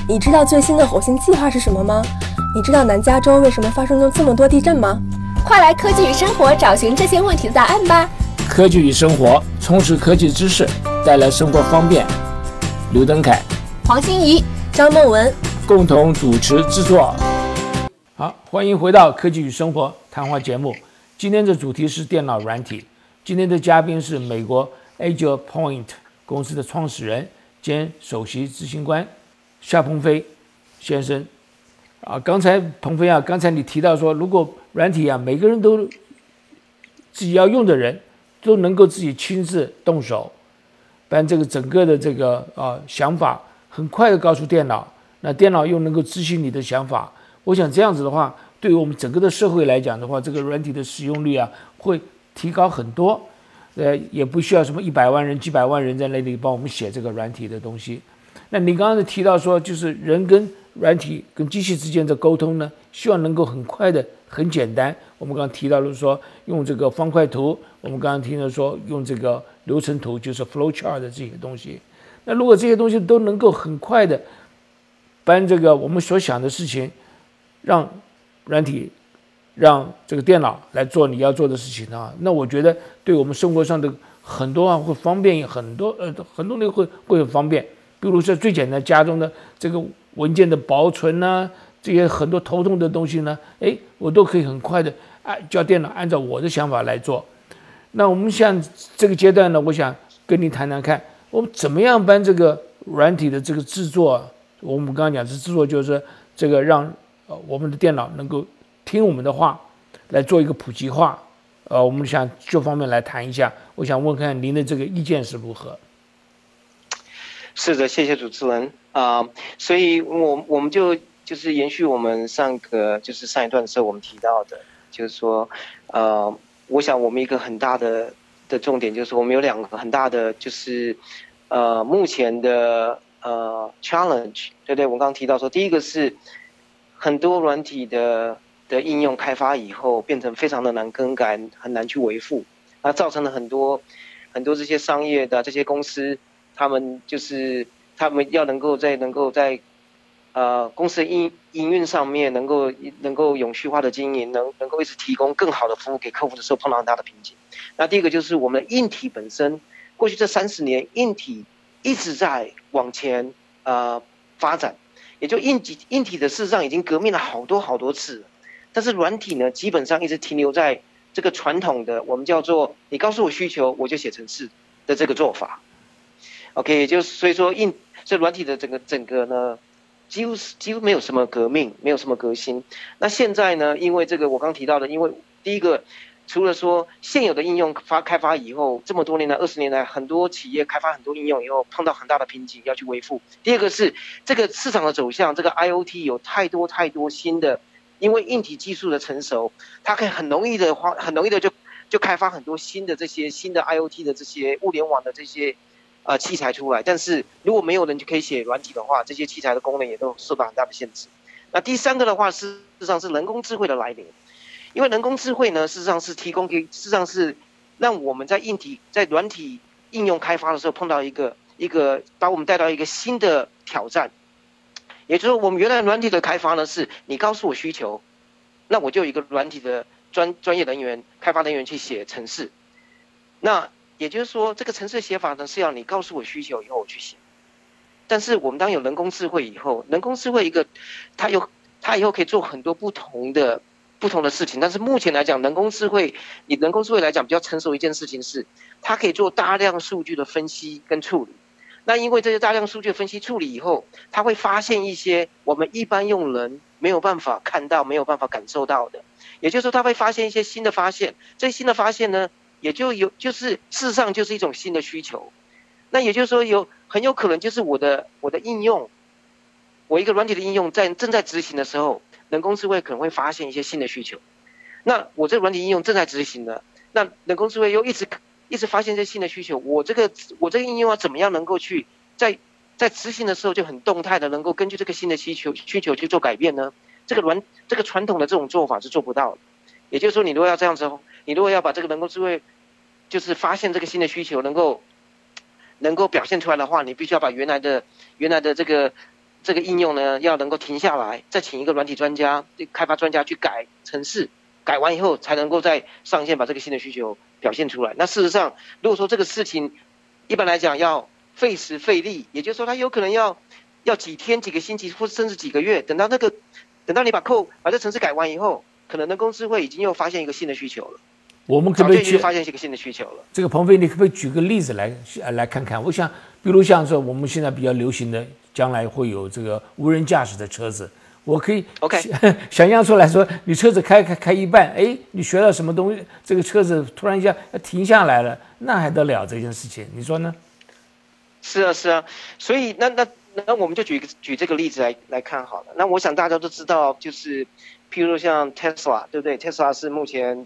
你知道最新的火星计划是什么吗？你知道南加州为什么发生了这么多地震吗？ 快来科技与生活找寻这些问题的答案吧！ 科技与生活，充实科技知识，带来生活方便。刘登凯、 黄欣怡、 张梦文共同主持制作。好，欢迎回到科技与生活谈话节目。今天的主题是电脑软体。今天的嘉宾是美国 AgilePoint 公司的创始人兼首席执行官夏鹏飞先生。刚才鹏飞刚才你提到说，如果软体每个人都自己要用的人都能够自己亲自动手，把这个整个的这个想法很快的告诉电脑，那电脑又能够执行你的想法。我想这样子的话，对于我们整个的社会来讲的话，这个软体的使用率会提高很多。也不需要什么100万人、几百万人在那里帮我们写这个软体的东西。那你刚刚提到说，就是人跟软体跟机器之间的沟通呢，希望能够很快的、很简单。我们刚刚提到了说，用这个方块图，我们刚刚听到说用这个流程图，就是 flow chart 的这些东西。那如果这些东西都能够很快的把这个我们所想的事情，让软体、让这个电脑来做你要做的事情那我觉得对我们生活上的很多会方便很多，很多人会很方便。比如说最简单家中的这个文件的保存这些很多头痛的东西呢，我都可以很快的叫电脑按照我的想法来做。那我们像这个阶段呢，我想跟你谈谈看，我们怎么样把这个软体的这个制作，我们刚刚讲是制作，就是这个让我们的电脑能够听我们的话，来做一个普及化。我们想这方面来谈一下，我想问看您的这个意见是如何。 是的，谢谢主持人所以我们就是延续我们上一段的时候我们提到的，就是说我想我们一个很大的重点就是我们有2个很大的就是目前的challenge， 对不对？我刚刚提到说，第一个是很多软体的应用开发以后变成非常的难更改，很难去维护，那造成了很多这些商业的这些公司，他们要能够在公司的营运上面能够永续化的经营，能够一直提供更好的服务给客户的时候，碰到很大的瓶颈。那第一个就是我们的硬体本身，过去这30年硬体一直在往前发展，也就硬体的事实上已经革命了好多次了，但是软体呢，基本上一直停留在这个传统的我们叫做你告诉我需求我就写程式的这个做法。OK， 也就是所以说软体的整个呢，几乎没有什么革命，没有什么革新。那现在呢，因为这个我刚提到的，因为第一个，除了说现有的应用开发以后，这么多年来20年来，很多企业开发很多应用以后碰到很大的瓶颈要去维护。第二个是这个市场的走向，这个 IoT 有太多新的，因为硬体技术的成熟，它可以很容易的就开发很多新的 IoT 的这些物联网的这些器材出来。但是如果没有人就可以写软体的话，这些器材的功能也都受到很大的限制。那第3个的话，事实上是人工智慧的来临。因为人工智慧呢，事实上是让我们在软体应用开发的时候碰到一个把我们带到一个新的挑战。也就是我们原来软体的开发呢，是你告诉我需求，那我就有一个软体的专业人员、开发人员去写程式。那也就是说，这个程式写法呢，是要你告诉我需求以后我去写。但是我们当有人工智慧以后，人工智慧它以后可以做很多不同的事情。但是目前来讲，人工智慧来讲比较成熟一件事情是，它可以做大量数据的分析跟处理。那因为这些大量数据的分析处理以后，它会发现一些我们一般用人没有办法看到、没有办法感受到的。也就是说，它会发现一些新的发现。这些新的发现呢，就是事实上就是一种新的需求。那也就是说，很有可能就是我的应用，我一个软体的应用正在执行的时候，人工智慧可能会发现一些新的需求。那我这个软体应用正在执行了，那人工智慧又一直发现这些新的需求，我这个应用要怎么样能够去在执行的时候就很动态的能够根据这个新的需求去做改变呢？这个传统的这种做法是做不到的。也就是说，你如果要这样子，你如果要把这个人工智慧就是发现这个新的需求能够表现出来的话，你必须要把原来的这个这个应用呢要能够停下来，再请一个软体专家、开发专家去改程式，改完以后才能够再上线把这个新的需求表现出来。那事实上，如果说这个事情一般来讲要费时费力，也就是说它有可能要几天、几个星期，或甚至几个月，等到你把这程式改完以后，可能人工智慧已经又发现一个新的需求了。 我们可不可以发现一个新的需求了？ 这个鹏飞，你可不可以举个例子来看看？我想，比如像说我们现在比较流行的，将来会有这个无人驾驶的车子，我可以 OK 想象出来说，你车子开一半，哎，你学到什么东西，这个车子突然一下停下来了，那还得了这件事情？你说呢？ 是啊，所以那我们就举这个例子来看好了。那我想大家都知道，就是譬如像 Tesla， 对不对 ？Tesla 是目前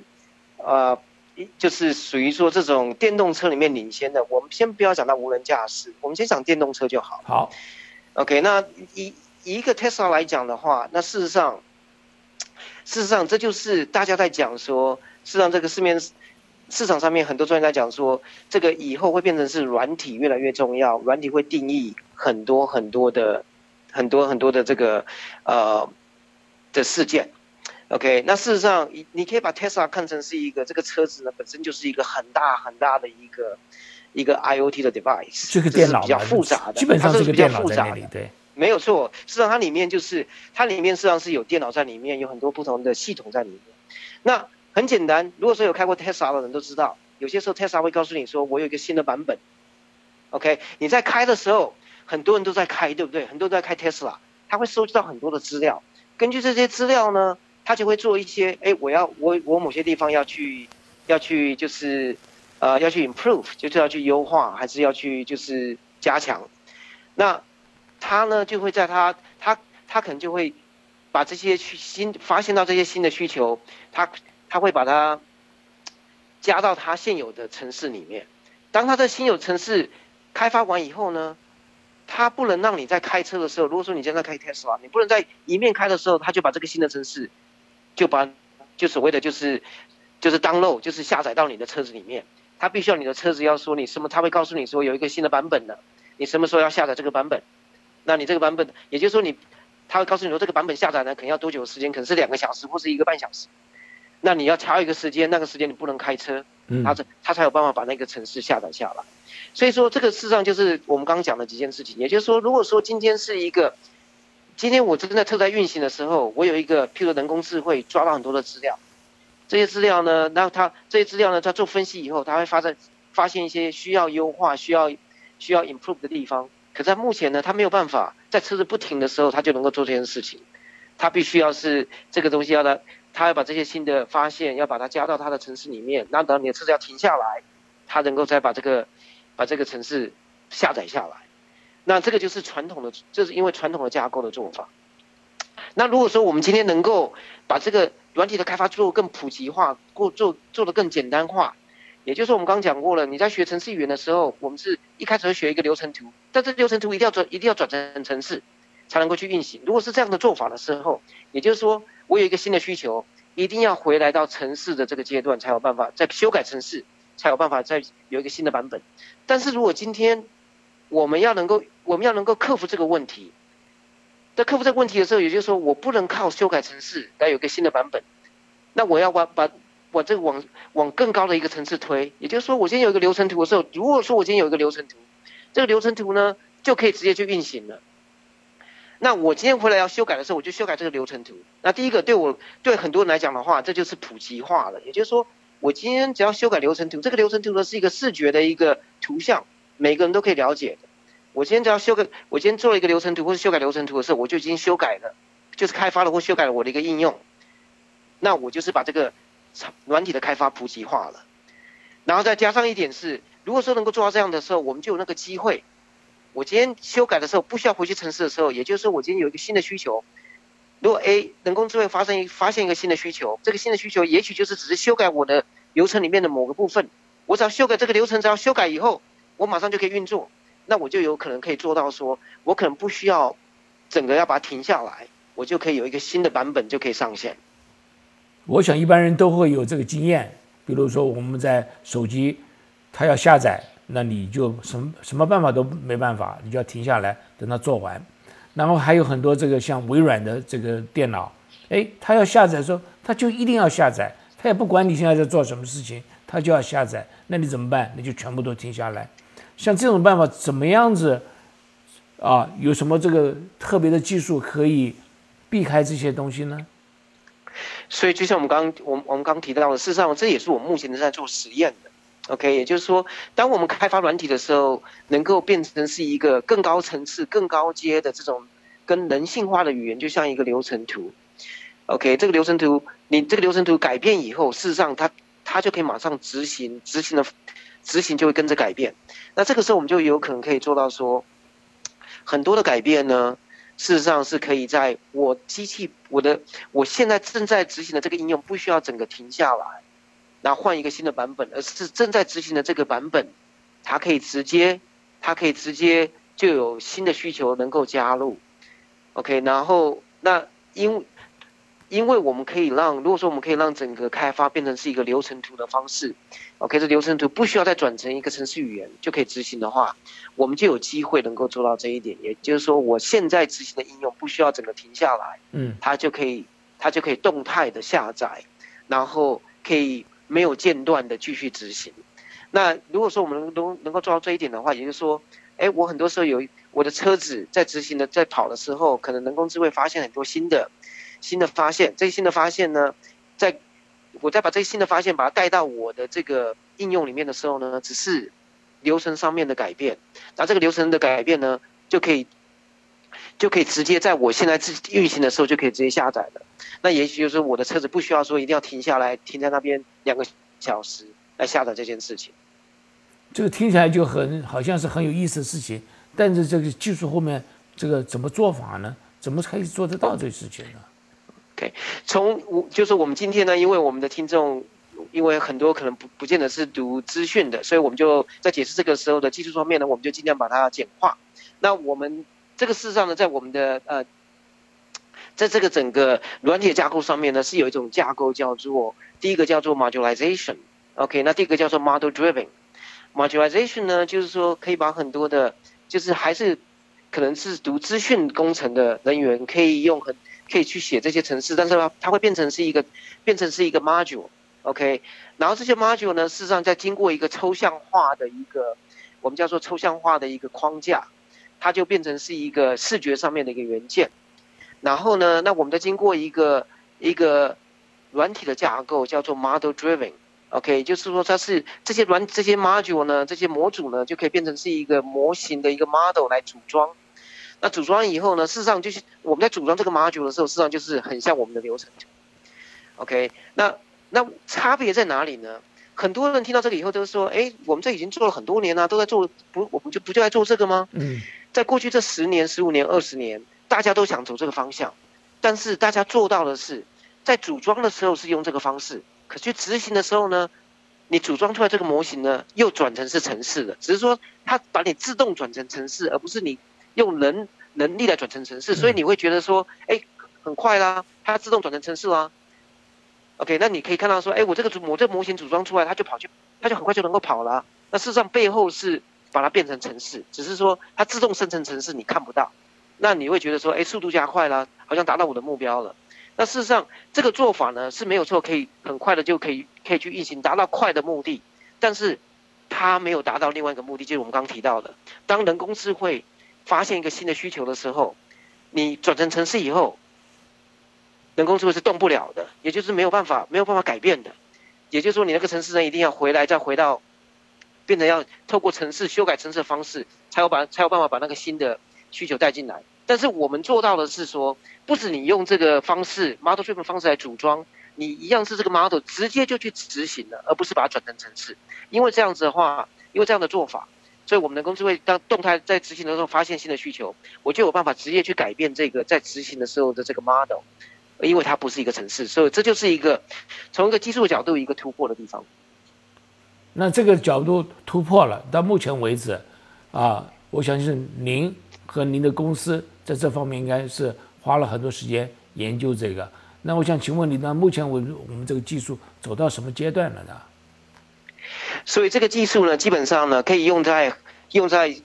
就是属于说这种电动车里面领先的。我们先不要讲到无人驾驶，我们先讲电动车就好。 好 ，OK， 那以一个 Tesla 来讲的话，那事实上这就是大家在讲说，事实上这个市场上面很多专家讲说，这个以后会变成是软体越来越重要，软体会定义很多的这个的事件。OK， 那事实上你可以把 Tesla 看成是一个这个车子呢本身就是一个很大的一个 IoT 的 device， 这个电脑比较复杂的， 基本上是个电脑在那里，对， 没有错。事实上它里面事实上是有电脑在里面，有很多不同的系统在里面。那很简单，如果说有开过 Tesla 的人都知道，有些时候 Tesla 会告诉你说，我有一个新的版本。OK， 你在开的时候，很多人都在开，对不对？很多人都在开 Tesla， 他会收集到很多的资料，根据这些资料呢，他就会做一些，我某些地方要去就是要去 improve， 就是要去优化，还是要去就是加强。那他呢就会在他可能就会把这些发现到这些新的需求，他会把它加到他现有的程式里面。当他的现有程式开发完以后呢，他不能让你在开车的时候，如果说你现在开 Tesla， 你不能在一面开的时候，他就把这个新的程式就所谓的就是 download， 就是下载到你的车子里面。他必须要你的车子要说你什么，他会告诉你说有一个新的版本了，你什么时候要下载这个版本？那你这个版本，也就是说他会告诉你说这个版本下载呢可能要多久的时间，可能是2个小时或是1个半小时。那你要挑一个时间，那个时间你不能开车，他才有办法把那个程式下载下来。所以说这个事实上就是我们刚刚讲的几件事情。也就是说，如果说今天我真的车在运行的时候，我有一个譬如人工智慧抓到很多的资料，这些资料呢，他做分析以后，他会发现一些需要优化、需要 improve 的地方。可在目前呢，他没有办法在车子不停的时候，他就能够做这件事情。他必须要是这个东西他要把这些新的发现要把它加到他的程式里面，那等你的车子要停下来，他能够再把这个程式下载下来。那这个就是这是因为传统的架构的做法。那如果说我们今天能够把这个软体的开发做更普及化，做得更简单化，也就是我们刚刚讲过了，你在学程式语言的时候，我们是一开始会学一个流程图，但这流程图一定要转成程式才能够去运行。如果是这样的做法的时候，也就是说我有一个新的需求，一定要回来到程式的这个阶段才有办法再修改程式，才有办法再有一个新的版本。但是如果今天我们要能够克服这个问题，在克服这个问题的时候，也就是说我不能靠修改程式来有一个新的版本，那我要把这个往更高的一个层次推。也就是说我今天有一个流程图的时候，如果说我今天有一个流程图，这个流程图呢就可以直接去运行了。那我今天回来要修改的时候，我就修改这个流程图。那第一个对很多人来讲的话，这就是普及化了。也就是说我今天只要修改流程图，这个流程图呢是一个视觉的一个图像，每个人都可以了解的。我今天做了一个流程图或是修改流程图的时候，我就已经修改了，就是开发了或修改了我的一个应用。那我就是把这个软体的开发普及化了。然后再加上一点是，如果说能够做到这样的时候，我们就有那个机会。我今天修改的时候不需要回去程式的时候，也就是说我今天有一个新的需求，如果人工智慧发现一个新的需求，这个新的需求也许就是只是修改我的流程里面的某个部分，我只要修改这个流程，只要修改以后，我马上就可以运作，那我就有可能可以做到说，我可能不需要整个要把它停下来，我就可以有一个新的版本就可以上线。 我想一般人都会有这个经验，比如说我们在手机，它要下载，那你就什么办法都没办法，你就要停下来等它做完。 然后还有很多这个像微软的这个电脑，他要下载的时候，他就一定要下载，他也不管你现在在做什么事情，他就要下载。那你怎么办？你就全部都停下来。像这种办法怎么样子啊？有什么这个特别的技术可以避开这些东西呢？ 所以就像我们刚提到的，事实上这也是我们目前在做实验的。OK， 也就是说，当我们开发软体的时候，能够变成是一个更高层次、更高阶的这种跟人性化的语言，就像一个流程图。OK， 这个流程图，你这个流程图改变以后，事实上它就可以马上执行就会跟着改变。那这个时候我们就有可能可以做到说，很多的改变呢，事实上是可以在我现在正在执行的这个应用，不需要整个停下来，然后换一个新的版本，而是正在执行的这个版本，它可以直接就有新的需求能够加入。OK， 然后那因为我们可以如果说我们可以让整个开发变成是一个流程图的方式 ，OK， 这流程图不需要再转成一个程式语言就可以执行的话，我们就有机会能够做到这一点。也就是说，我现在执行的应用不需要整个停下来，它就可以动态的下载，然后可以没有间断的继续执行。那如果说我们能够做到这一点的话，也就是说，我很多时候我的车子在在跑的时候，可能人工智慧发现很多新的发现，这些新的发现呢，我再把这些新的发现把它带到我的这个应用里面的时候呢，只是流程上面的改变，那这个流程的改变呢，就可以直接在我现在运行的时候就可以直接下载了。那也许就是我的车子不需要说一定要停下来，停在那边2个小时来下载这件事情。 这个听起来就好像是很有意思的事情，但是这个技术后面这个怎么做法呢？怎么可以做得到这个事情呢 ？OK， 就是我们今天呢，因为我们的听众，因为很多可能不见得是读资讯的，所以我们就在解释这个时候的技术方面呢，我们就尽量把它简化。那我们这个事实上呢，在我们的在这个整个软体架构上面呢，是有一种架构第一个叫做 modularization，OK， 那第二个叫做 model driven。modularization 呢，就是说可以把很多的，就是还是可能是读资讯工程的人员可以去写这些程式，但是它会变成是一个 module，OK， 然后这些 module 呢，事实上在经过一个抽象化的一个我们叫做抽象化的一个框架，它就变成是一个视觉上面的一个元件。然后呢，那我们再经过一个软体的架构叫做 model driven，OK， 就是说它是这些 module 呢，这些模组呢，就可以变成是一个模型的一个 model 来组装。那组装以后呢，事实上就是我们在组装这个 module 的时候，事实上就是很像我们的流程图。OK， 那差别在哪里呢？很多人听到这个以后都说，我们这已经做了很多年了，都在做，我们就在做这个吗？在过去这10年、15年、20年，大家都想走这个方向，但是大家做到的是，在组装的时候是用这个方式，可去执行的时候呢，你组装出来这个模型呢，又转成是程式的，只是说它把你自动转成程式，而不是你用能力来转成程式，所以你会觉得说，很快啦，它自动转成程式啦。OK， 那你可以看到说，我这个模型组装出来，它就很快就能够跑了。那事实上背后是把它变成程式，只是说它自动生成程式你看不到，那你会觉得说，速度加快了，好像达到我的目标了。那事实上这个做法呢是没有错，可以很快的就可以去运行，达到快的目的，但是它没有达到另外一个目的，就是我们刚刚提到的，当人工智慧发现一个新的需求的时候，你转成程式以后，人工智慧是动不了的，也就是没有办法改变的。也就是说，你那个程式人一定要再回到，变成要透过程式修改程式的方式，才有办法把那个新的需求带进来。但是我们做到的是说，不止你用这个方式 model driven 方式来组装，你一样是这个 model 直接就去执行了，而不是把它转成程式。因为这样子的话，因为这样的做法，所以我们人工智慧当动态在执行的时候发现新的需求，我就有办法直接去改变这个在执行的时候的这个 model， 因为它不是一个程式，所以这就是一个从一个技术角度一个突破的地方。 那这个角度突破了，到目前为止，我相信您和您的公司在这方面应该是花了很多时间研究这个。那我想请问你，那目前我们这个技术走到什么阶段了呢？ 所以这个技术呢，基本上呢可以用在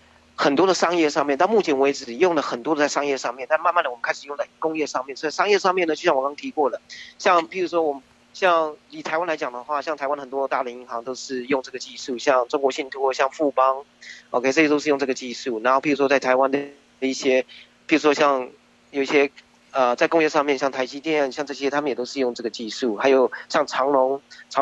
很多的商业上面，到目前为止用了很多的在商业上面，但慢慢的我们开始用在工业上面。所以商业上面呢，就像我刚刚提过的，像譬如说我们像以台湾来讲的话，像台湾很多大的银行都是用这个技术，像中国信托、像富邦 ，OK， 这些都是用这个技术。然后譬如说在台湾的一些，譬如说像有一些在工业上面，像台积电，像这些他们也都是用这个技术，还有像长荣。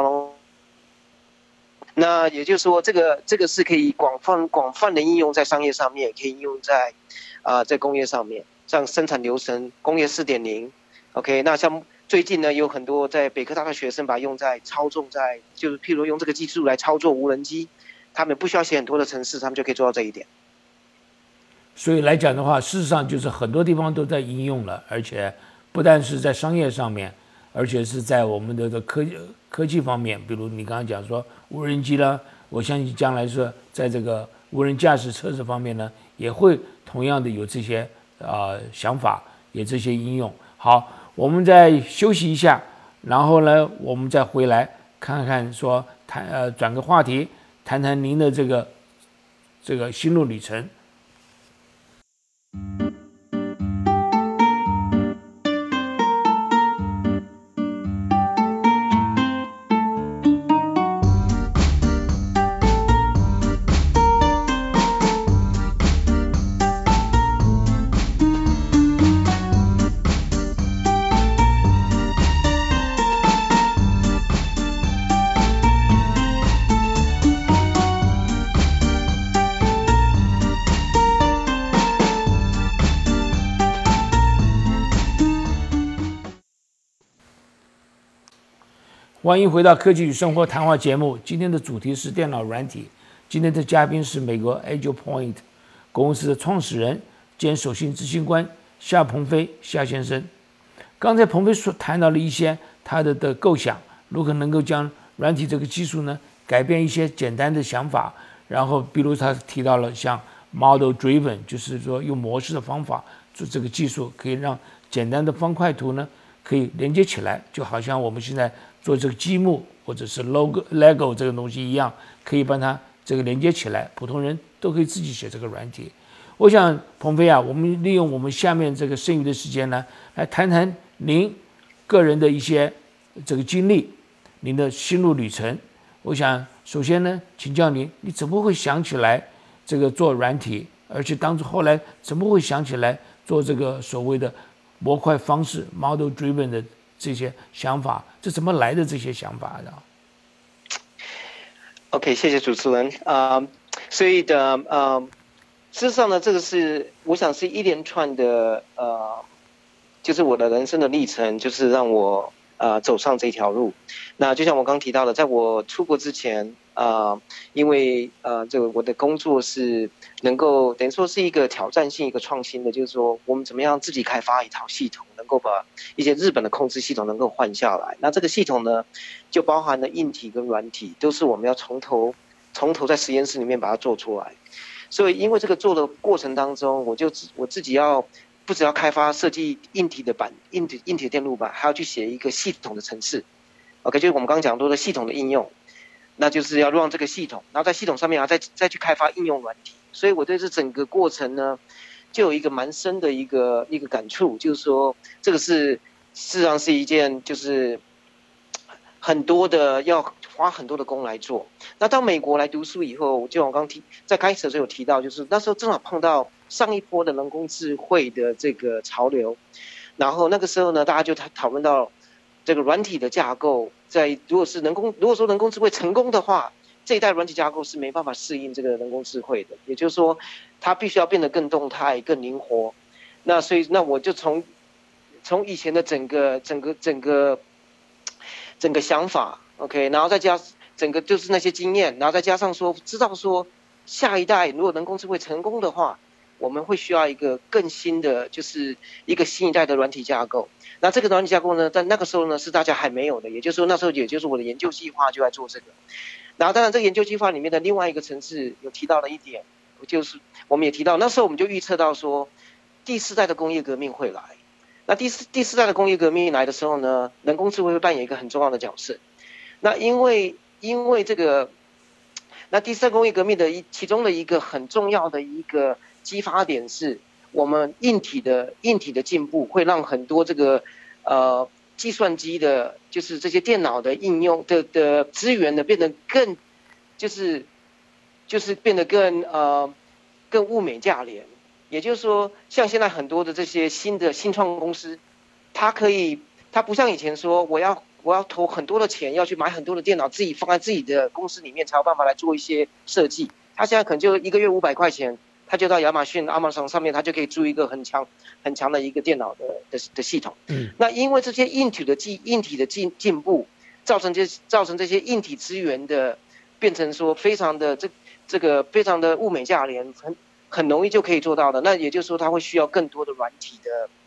那也就是说，这个是可以广泛的应用在商业上面，也可以应用在在工业上面，像生产流程、工业4.0。OK， 那像最近呢，有很多在北科大的学生把它用在操纵就是譬如用这个技术来操作无人机，他们不需要写很多的程式，他们就可以做到这一点。 所以来讲的话，事实上就是很多地方都在应用了，而且不但是在商业上面，而且是在我们的科技方面，比如你刚刚讲说无人机啦，我相信将来是在这个无人驾驶车子方面呢，也会同样的有这些想法，有这些应用。好，我们再休息一下，然后呢，我们再回来看看说转个话题，谈谈您的这个心路历程。欢迎回到科技与生活谈话节目。今天的主题是电脑软体。今天的嘉宾是美国 AgilePoint 公司的创始人兼首席执行官夏鹏飞夏先生。刚才鹏飞谈到了一些他的构想，如何能够将软体这个技术呢改变一些简单的想法。然后，比如他提到了像 Model Driven， 就是说用模式的方法做这个技术，可以让简单的方块图呢可以连接起来，就好像我们现在做这个积木或者是 Lego 这个东西一样，可以把它这个连接起来，普通人都可以自己写这个软体。我想鹏飞啊，我们利用我们下面这个剩余的时间呢，来谈谈您个人的一些这个经历，您的心路旅程。我想首先呢，请教您怎么会想起来这个做软体，而且当初后来怎么会想起来做这个所谓的模块方式 Model Driven 的这些想法，这怎么来的这些想法的 ？OK， 谢谢主持人所以事实上呢，这个是我想是一连串的就是我的人生的历程，就是让我走上这条路。那就像我刚提到的，在我出国之前因为这个我的工作是能够等于说是一个挑战性、一个创新的，就是说我们怎么样自己开发一套系统，能够把一些日本的控制系统能够换下来。那这个系统呢，就包含了硬体跟软体，都是我们要从头在实验室里面把它做出来。所以因为这个做的过程当中，我自己不只要开发设计硬体的电路板，还要去写一个系统的程式。OK， 就是我们刚刚讲到的系统的应用。那就是要让这个系统，然后在系统上面再去开发应用软体。所以我对这整个过程呢，就有一个蛮深的一个感触，就是说这个事实上是一件就是很多的要花很多的功来做。那到美国来读书以后，就我刚在开始的时候有提到，就是那时候正好碰到上一波的人工智慧的这个潮流，然后那个时候呢，大家就讨论到这个软体的架构。如果说人工智慧成功的话，这一代软体架构是没办法适应这个人工智慧的，也就是说，它必须要变得更动态、更灵活。那所以，那我就从以前的整个想法 ，OK， 然后再加整个就是那些经验，然后再加上说知道说下一代如果人工智慧成功的话，我们会需要一个更新的，就是一个新一代的软体架构。那这个软体架构呢，在那个时候呢是大家还没有的，也就是说那时候也就是我的研究计划就在做这个。然后当然这个研究计划里面的另外一个层次有提到了一点，就是我们也提到那时候我们就预测到说第4代的工业革命会来。那第四代的工业革命来的时候呢，人工智慧会扮演一个很重要的角色。那因为这个那第三工业革命的其中的一个很重要的一个激发点是，我们硬体的进步会让很多这个计算机的，就是这些电脑的应用的资源呢变得更就是变得更物美价廉。也就是说，像现在很多的这些新创公司，它不像以前说我要投很多的钱要去买很多的电脑，自己放在自己的公司里面才有办法来做一些设计。他现在可能就一个月500块钱，他就到亚马逊、Amazon 上面，他就可以租一个很强的一个电脑的系统。那因为这些硬体的进步，造成这些硬体资源的变成说非常的这个非常的物美价廉，很容易就可以做到的。那也就是说，它会需要更多的软体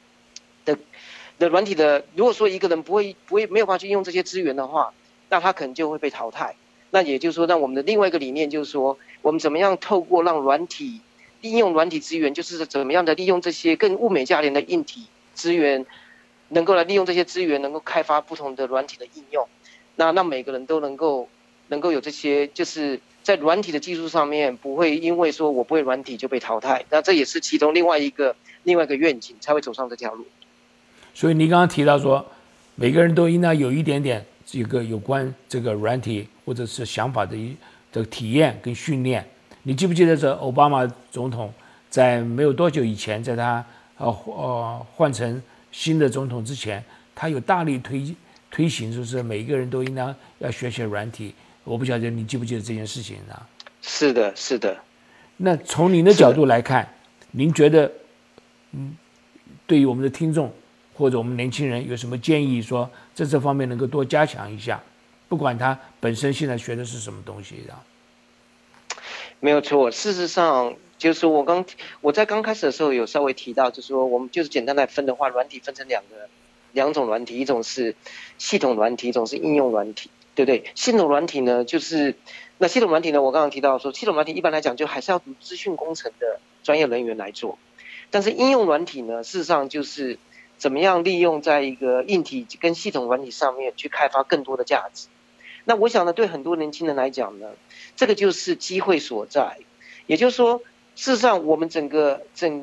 的。如果说一个人没有办法去用这些资源的话，那他可能就会被淘汰。那也就是说，那我们的另外一个理念就是说，我们怎么样透过让利用软体资源，就是怎么样的利用这些更物美价廉的硬体资源，能够来利用这些资源，能够开发不同的软体的应用。那让每个人都能够有这些，就是在软体的技术上面，不会因为说我不会软体就被淘汰。那这也是其中另外一个愿景，才会走上这条路。 所以你刚刚提到说，每个人都应当有一点点这个有关这个软体或者是想法的体验跟训练。你记不记得这奥巴马总统在没有多久以前，在他换成新的总统之前，他有大力推行，就是每一个人都应当要学软体。我不晓得你记不记得这件事情啊？ 是的，是的。 那从您的角度来看，您觉得，对于我们的听众或者我们年轻人有什么建议，说在这方面能够多加强一下，不管他本身现在学的是什么东西的？ 没有错，事实上就是说我在刚开始的时候有稍微提到，就是说我们就是简单来分的话，软体分成两种软体，一种是系统软体，一种是应用软体，对不对？系统软体呢，那系统软体呢，我刚刚提到说，系统软体一般来讲就还是要读资讯工程的专业人员来做，但是应用软体呢，事实上就是怎么样利用在一个硬体跟系统软体上面去开发更多的价值。那我想呢，对很多年轻人来讲呢，这个就是机会所在。也就是说，事实上我们整个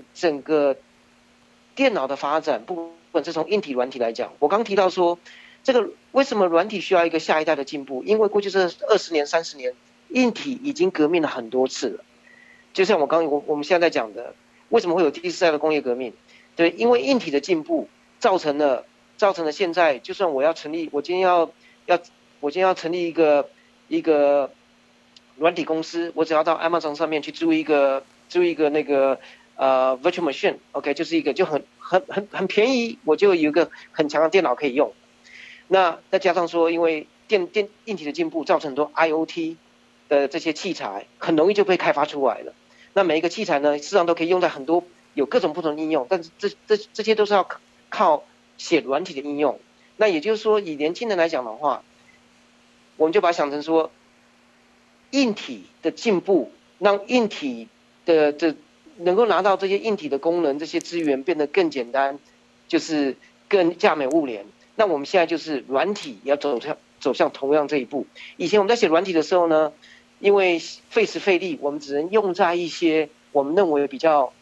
电脑的发展，不管是从硬体软体来讲，我刚提到说，这个为什么软体需要一个下一代的进步？因为过去这20年、30年，硬体已经革命了很多次了。就像我们现在在讲的，为什么会有第4代的工业革命？对，因为硬体的进步造成了现在，就算我今天要成立一个软体公司，我只要到 Amazon 上面去租一个那个virtual machine， OK， 就是一个就很便宜，我就有一个很强的电脑可以用。那再加上说，因为硬体的进步，造成很多 IoT 的这些器材很容易就被开发出来了。那每一个器材呢，事实上都可以用在很多有各种不同的应用，但是这些都是要靠写软体的应用。那也就是说，以年轻人来讲的话，我们就把它想成说，硬体的进步让硬体的能够拿到这些硬体的功能，这些资源变得更简单，就是更价美物廉。那我们现在就是软体也要走向同样这一步。以前我们在写软体的时候呢，因为费时费力，我们只能用在一些我们认为比较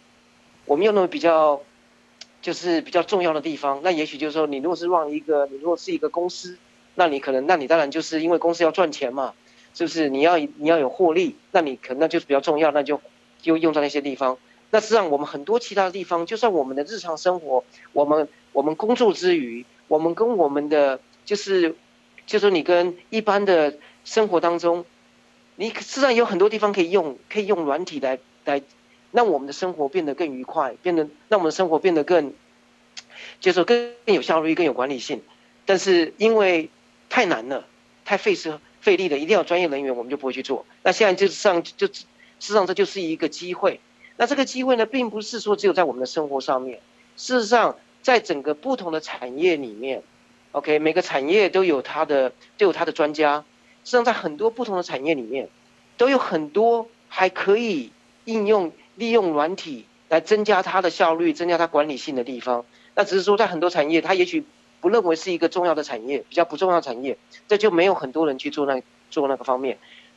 就是比较重要的地方。那也许就是说，你如果是一个公司，那你当然就是因为公司要赚钱嘛，是不是？你要有获利，那你可能那就是比较重要，那就用在那些地方。那实际上我们很多其他的地方，就算我们的日常生活，我们工作之余，我们跟我们的就是你跟一般的生活当中，你实际上有很多地方可以用软体来让我们的生活变得更愉快，让我们的生活变得更更有效率、更有管理性。但是因为太难了，太费时费力了，一定要有专业人员，我们就不会去做。那现在事实上这就是一个机会。那这个机会呢，并不是说只有在我们的生活上面，事实上在整个不同的产业里面 ，OK， 每个产业都有它的专家。实际上在很多不同的产业里面，都有很多还可以利用软体来增加它的效率、增加它管理性的地方。那只是说在很多产业，它也许不认为是一个重要的产业，比较不重要的产业，这就没有很多人去做那个方面。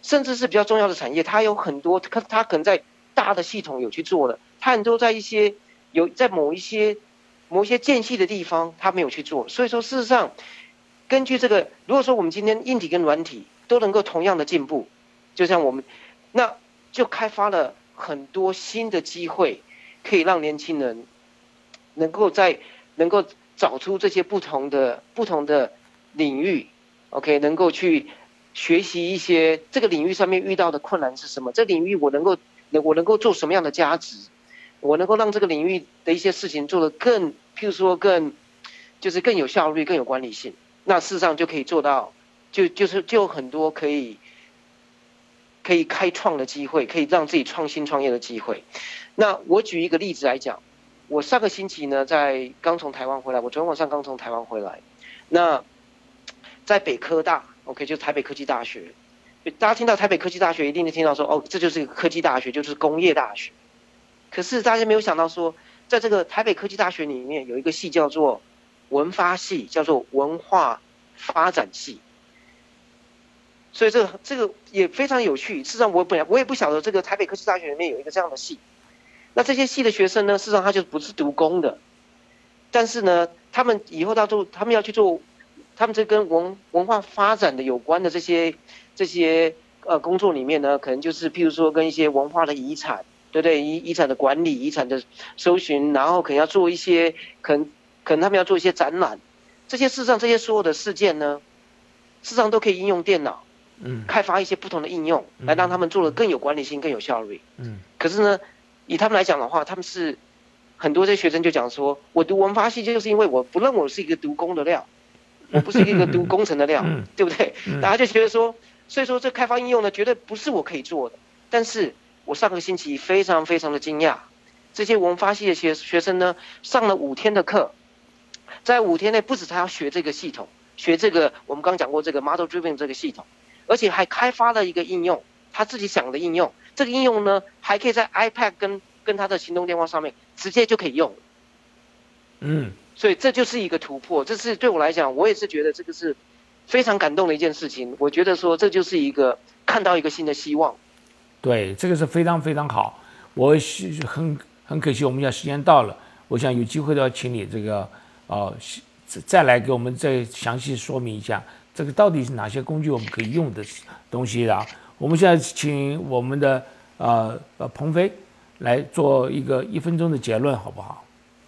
甚至是比较重要的产业，它有很多，它可能在大的系统有去做了，它很多在在某一些间隙的地方，它没有去做。所以说，事实上，根据这个，如果说我们今天硬体跟软体都能够同样的进步，就像我们，那就开发了很多新的机会，可以让年轻人能够找出这些不同的领域 ，OK， 能够去学习一些这个领域上面遇到的困难是什么，这个领域我能够做什么样的价值，我能够让这个领域的一些事情做得更，譬如说更有效率、更有管理性，那事实上就可以做到，就有很多可以开创的机会，可以让自己创新创业的机会。那我举一个例子来讲，我上个星期呢刚从台湾回来，我昨天晚上刚从台湾回来，那在北科大 ，OK， 就是台北科技大学。大家听到台北科技大学，一定会听到说，哦，这就是一个科技大学，就是工业大学。可是大家没有想到说，在这个台北科技大学里面有一个系叫做文发系，叫做文化发展系。所以这个也非常有趣。事实上我也不晓得这个台北科技大学里面有一个这样的系。那这些系的学生呢，事实上他就不是读工的，但是呢，他们以后他们要去做，他们这跟文化发展的有关的这些工作里面呢，可能就是譬如说跟一些文化的遗产，对不对？遗产的管理、遗产的搜寻，然后可能要做一些可能他们要做一些展览，事实上这些所有的事件呢，事实上都可以应用电脑，开发一些不同的应用，来让他们做得更有管理性、更有效率。可是呢，以他们来讲的话，他们是很多这些学生就讲说，我读文发系就是因为我不认为我是一个读工的料，我不是一个读工程的料，对不对？大家就觉得说，所以说这开发应用呢，绝对不是我可以做的。但是我上个星期非常非常的惊讶，这些文发系的学生呢，上了5天的课，在5天内不止他要学这个系统，学这个我们刚讲过这个 model driven 这个系统，而且还开发了一个应用，他自己想的应用。这个应用呢，还可以在 iPad 跟他的行动电话上面直接就可以用。所以这就是一个突破。这是对我来讲，我也是觉得这个是非常感动的一件事情。我觉得说这就是看到一个新的希望。 对，这个是非常非常好。我很可惜，我们现在时间到了。我想有机会都要请你这个再来给我们再详细说明一下，这个到底是哪些工具我们可以用的东西啊？我们现在请我们的鹏飞来做一个1分钟的结论，好不好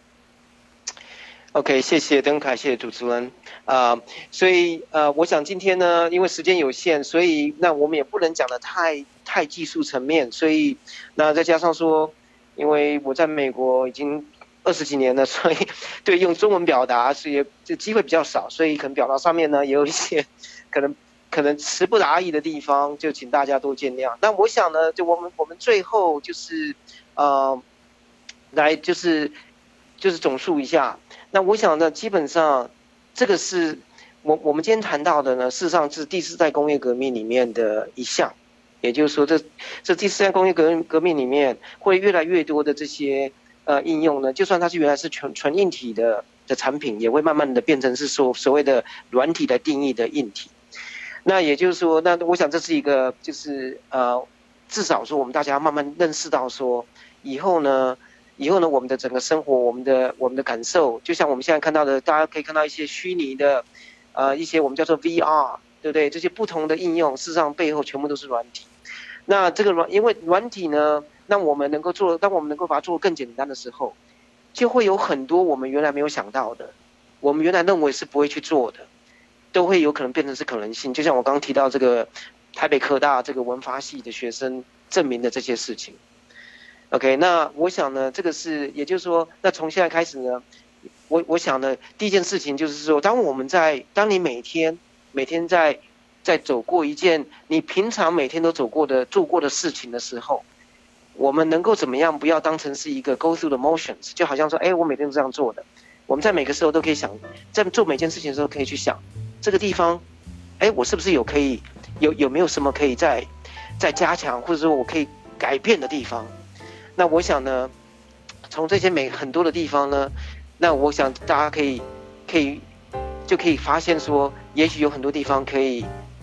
？OK， 谢谢登凯，谢谢主持人。所以我想今天呢，因为时间有限，所以那我们也不能讲的太技术层面，所以那再加上说，因为我在美国已经20几年了，所以对用中文表达是也这机会比较少，所以可能表达上面呢也有一些可能词不达意的地方，就请大家多见谅。那我想呢，就我们最后就是来就是总述一下。那我想呢，基本上这个是我们今天谈到的呢，事实上是第4代工业革命里面的一项，也就是说这第4代工业革命里面会越来越多的这些应用呢，就算它是原来是纯硬体的产品，也会慢慢的变成是所谓的软体来定义的硬体。那也就是说，那我想这是一个就是至少说我们大家慢慢认识到说，以后呢，我们的整个生活，我们的感受，就像我们现在看到的，大家可以看到一些虚拟的一些我们叫做 VR， 对不对？这些不同的应用，事实上背后全部都是软体。那这个因为软体呢，当我们能够把它做得更简单的时候，就会有很多我们原来没有想到的，我们原来认为是不会去做的，都会有可能变成是可能性。就像我刚刚提到这个台北科大这个文发系的学生证明的这些事情。OK， 那我想呢，这个是，也就是说，那从现在开始呢，我想呢，第一件事情就是说，当你每天在走过一件你平常每天都做过的事情的时候，我们能够怎么样不要当成是一个 go through the motions， 就好像说，我每天都这样做的。我们在每个时候都可以想，在做每件事情的时候可以去想，这个地方，我是不是有没有什么可以再加强，或者说我可以改变的地方？那我想呢，从这些很多的地方呢，那我想大家可以发现说，也许有很多地方可以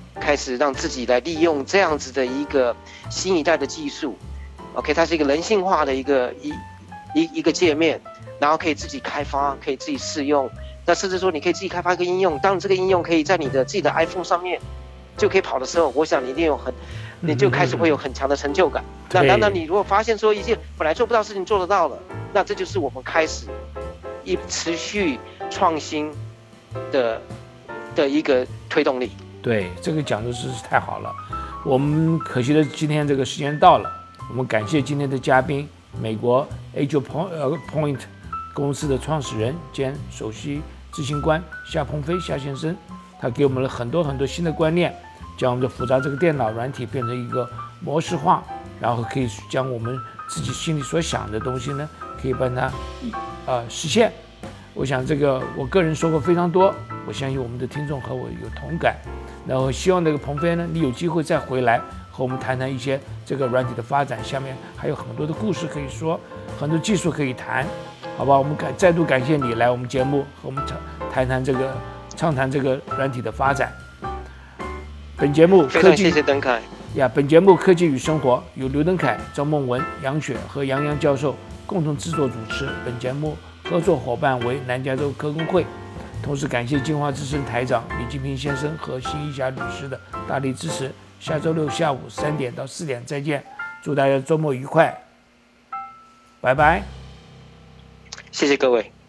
开始让自己来利用这样子的一个新一代的技术。OK， 它是一个人性化的一个界面，然后可以自己开发，可以自己试用。那甚至说你可以自己开发一个应用，当这个应用可以在你的自己的 iPhone 上面就可以跑的时候，我想你一定你就开始会有很强的成就感。那当然，你如果发现说一件本来做不到的事情做得到了，那这就是我们开始持续创新的一个推动力。 对，这个讲的是太好了。我们可惜的今天这个时间到了，我们感谢今天的嘉宾，美国 AgilPoint 公司的创始人兼首席执行官夏鹏飞夏先生，他给我们了很多新的观念，将我们的复杂这个电脑软体变成一个模式化，然后可以将我们自己心里所想的东西呢，可以帮它实现。我想这个我个人收获非常多，我相信我们的听众和我有同感。然后希望这个鹏飞呢，你有机会再回来和我们谈谈一些这个软体的发展，下面还有很多的故事可以说，很多技术可以谈，好吧？我们再度感谢你来我们节目和我们畅谈这个软体的发展。本节目非常谢谢邓凯呀，本节目科技与生活由刘登凯、张梦文、杨雪和杨洋教授共同制作主持，本节目合作伙伴为南加州科工会。同时感谢金华之声台长李金平先生和辛一霞律师的大力支持。下周六下午3点到4点再见，祝大家周末愉快，拜拜， 谢谢各位。